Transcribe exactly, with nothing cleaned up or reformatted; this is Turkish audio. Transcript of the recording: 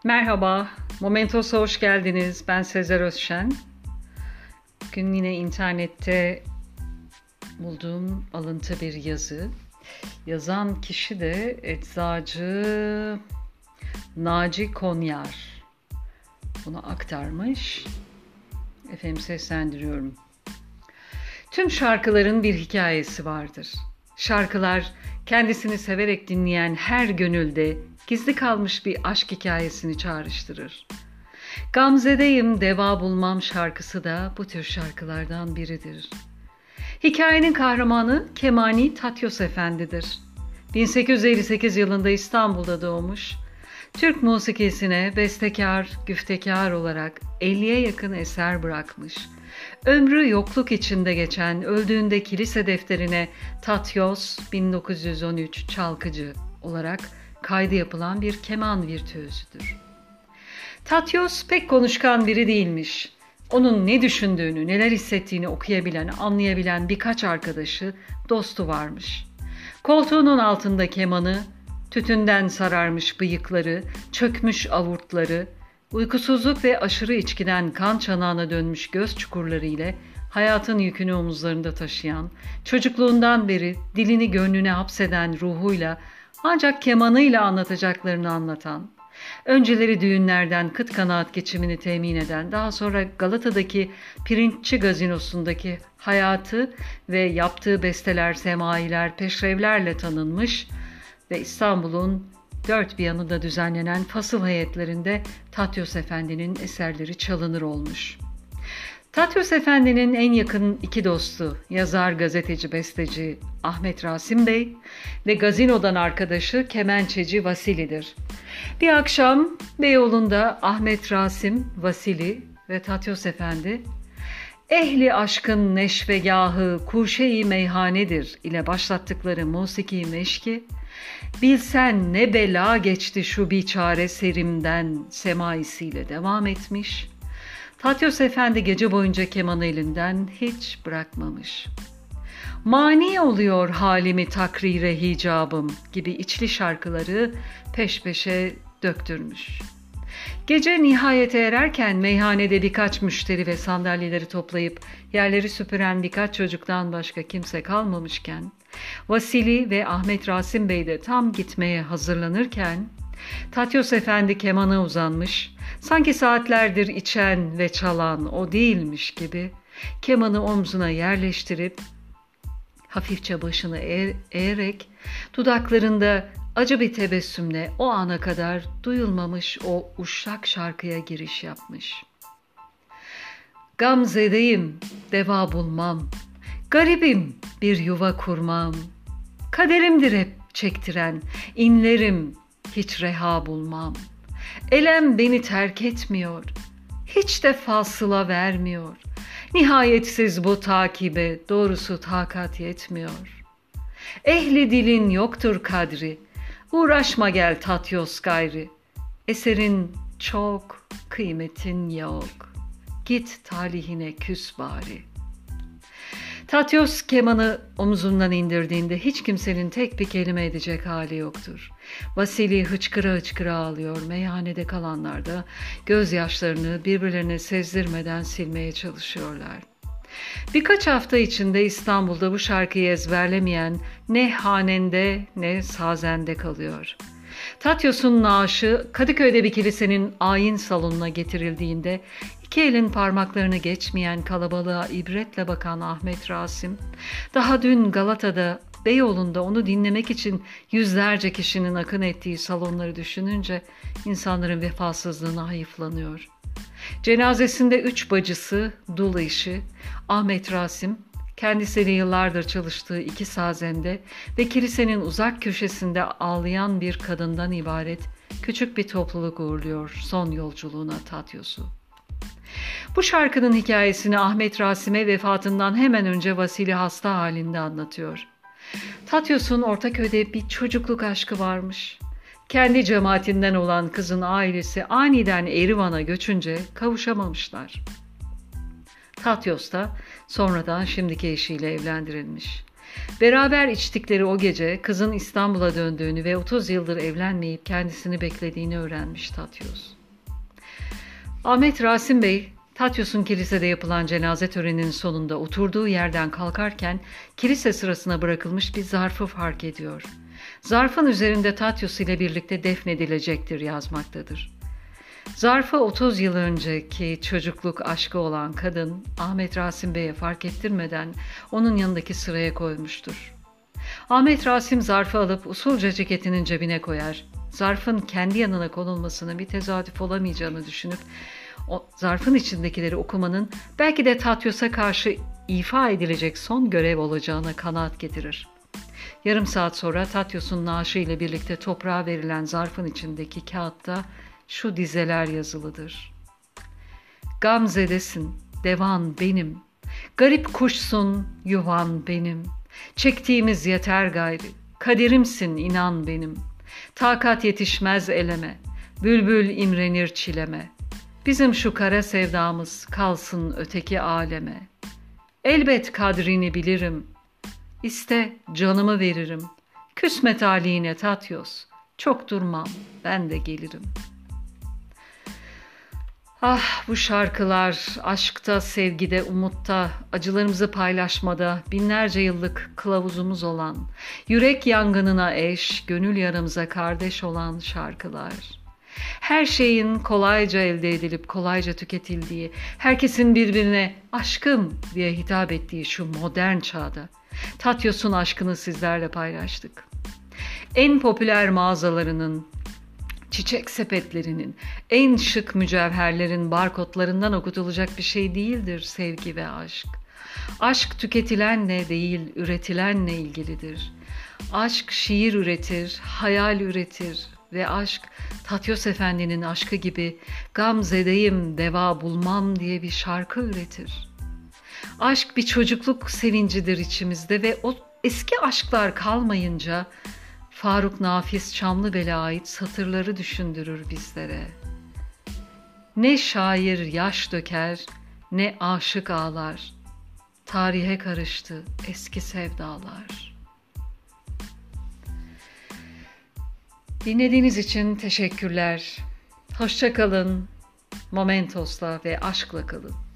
Merhaba, Momentos'a hoş geldiniz. Ben Sezer Özşen. Bugün yine internette bulduğum alıntı bir yazı. Yazan kişi de eczacı Naci Konyar. Bunu aktarmış. Efendim seslendiriyorum. Tüm şarkıların bir hikayesi vardır. Şarkılar kendisini severek dinleyen her gönülde gizli kalmış bir aşk hikayesini çağrıştırır. Gamze'deyim deva bulmam şarkısı da bu tür şarkılardan biridir. Hikayenin kahramanı Kemani Tatyos Efendi'dir. bin sekiz yüz elli sekiz yılında İstanbul'da doğmuş. Türk musikisine bestekar, güftekar olarak elliye yakın eser bırakmış. Ömrü yokluk içinde geçen, öldüğünde kilise defterine Tatyos bin dokuz yüz on üç çalgıcı olarak kaydı yapılan bir keman virtüözüdür. Tatyos pek konuşkan biri değilmiş. Onun ne düşündüğünü, neler hissettiğini okuyabilen, anlayabilen birkaç arkadaşı, dostu varmış. Koltuğunun altında kemanı, tütünden sararmış bıyıkları, çökmüş avurtları, uykusuzluk ve aşırı içkiden kan çanağına dönmüş göz çukurları ile hayatın yükünü omuzlarında taşıyan, çocukluğundan beri dilini gönlüne hapseden ruhuyla ancak kemanıyla anlatacaklarını anlatan, önceleri düğünlerden kıt kanaat geçimini temin eden, daha sonra Galata'daki Pirinççi Gazinosu'ndaki hayatı ve yaptığı besteler, semailer, peşrevlerle tanınmış ve İstanbul'un dört bir yanında düzenlenen fasıl heyetlerinde Tatyos Efendi'nin eserleri çalınır olmuş. Tatyos Efendi'nin en yakın iki dostu, yazar, gazeteci, besteci Ahmet Rasim Bey ve gazinodan arkadaşı kemençeci Vasili'dir. Bir akşam Beyoğlu'nda Ahmet Rasim, Vasili ve Tatyos Efendi, "Ehli aşkın neşvegahı kuşe-i meyhanedir" ile başlattıkları musiki meşki, "Bilsen ne bela geçti şu biçare serimden" semaisiyle devam etmiş. Tatyos Efendi gece boyunca kemanı elinden hiç bırakmamış. "Mani oluyor halimi takrire hicabım" gibi içli şarkıları peş peşe döktürmüş. Gece nihayete ererken meyhanede birkaç müşteri ve sandalyeleri toplayıp yerleri süpüren birkaç çocuktan başka kimse kalmamışken, Vasili ve Ahmet Rasim Bey de tam gitmeye hazırlanırken, Tatyos Efendi kemana uzanmış, sanki saatlerdir içen ve çalan o değilmiş gibi kemanı omzuna yerleştirip hafifçe başını eğ- eğerek dudaklarında acı bir tebessümle o ana kadar duyulmamış o uşak şarkıya giriş yapmış. Gamze'deyim, deva bulmam, garibim bir yuva kurmam, kaderimdir hep çektiren, inlerim hiç reha bulmam. Elem beni terk etmiyor, hiç de fasıla vermiyor. Nihayetsiz bu takibe doğrusu takat yetmiyor. Ehli dilin yoktur kadri, uğraşma gel Tatyos gayri. Eserin çok, kıymetin yok. Git talihine küs bari. Tatyos kemanı omzundan indirdiğinde hiç kimsenin tek bir kelime edecek hali yoktur. Vasili hıçkıra hıçkıra ağlıyor. Meyhanede kalanlar da gözyaşlarını birbirlerine sezdirmeden silmeye çalışıyorlar. Birkaç hafta içinde İstanbul'da bu şarkıyı ezberlemeyen ne hanende ne sazende kalıyor. Tatyos'un naaşı Kadıköy'de bir kilisenin ayin salonuna getirildiğinde iki elin parmaklarını geçmeyen kalabalığa ibretle bakan Ahmet Rasim, daha dün Galata'da Beyoğlu'nda onu dinlemek için yüzlerce kişinin akın ettiği salonları düşününce insanların vefasızlığına hayıflanıyor. Cenazesinde üç bacısı, dul eşi, Ahmet Rasim, kendisiyle yıllardır çalıştığı iki sazende ve kilisenin uzak köşesinde ağlayan bir kadından ibaret küçük bir topluluk uğurluyor son yolculuğuna Tatyos'u. Bu şarkının hikayesini Ahmet Rasim'e vefatından hemen önce Vasili hasta halinde anlatıyor. Tatyos'un Ortaköy'de bir çocukluk aşkı varmış. Kendi cemaatinden olan kızın ailesi aniden Erivan'a göçünce kavuşamamışlar. Tatyos da sonradan şimdiki eşiyle evlendirilmiş. Beraber içtikleri o gece kızın İstanbul'a döndüğünü ve otuz yıldır evlenmeyip kendisini beklediğini öğrenmiş Tatyos. Ahmet Rasim Bey, Tatyos'un kilisede yapılan cenaze töreninin sonunda oturduğu yerden kalkarken kilise sırasına bırakılmış bir zarfı fark ediyor. Zarfın üzerinde Tatyos ile birlikte defnedilecektir yazmaktadır. Zarfı otuz yıl önceki çocukluk aşkı olan kadın Ahmet Rasim Bey'e fark ettirmeden onun yanındaki sıraya koymuştur. Ahmet Rasim zarfı alıp usulca ceketinin cebine koyar. Zarfın kendi yanına konulmasının bir tesadüf olamayacağını düşünüp o zarfın içindekileri okumanın belki de Tatyos'a karşı ifa edilecek son görev olacağına kanaat getirir. Yarım saat sonra Tatyos'un naaşı ile birlikte toprağa verilen zarfın içindeki kağıtta şu dizeler yazılıdır. Gamzedesin, devan benim, garip kuşsun, yuvan benim, çektiğimiz yeter gayri, kaderimsin inan benim, takat yetişmez eleme, bülbül imrenir çileme, bizim şu kara sevdamız kalsın öteki aleme. Elbet kadrini bilirim, iste canımı veririm, küsme talihine Tatyos, çok durmam, ben de gelirim. Ah bu şarkılar aşkta, sevgide, umutta, acılarımızı paylaşmada binlerce yıllık kılavuzumuz olan, yürek yangınına eş, gönül yaramıza kardeş olan şarkılar. Her şeyin kolayca elde edilip kolayca tüketildiği, herkesin birbirine aşkım diye hitap ettiği şu modern çağda Tatyos'un aşkını sizlerle paylaştık. En popüler mağazalarının, çiçek sepetlerinin, en şık mücevherlerin barkodlarından okutulacak bir şey değildir sevgi ve aşk. Aşk tüketilenle değil, üretilenle ilgilidir. Aşk şiir üretir, hayal üretir ve aşk Tatyos Efendi'nin aşkı gibi gamzedeyim deva bulmam diye bir şarkı üretir. Aşk bir çocukluk sevincidir içimizde ve o eski aşklar kalmayınca Faruk Nafiz Çamlıbel'e ait satırları düşündürür bizlere. Ne şair yaş döker, ne aşık ağlar. Tarihe karıştı eski sevdalar. Dinlediğiniz için teşekkürler. Hoşça kalın, Momentos'la ve aşkla kalın.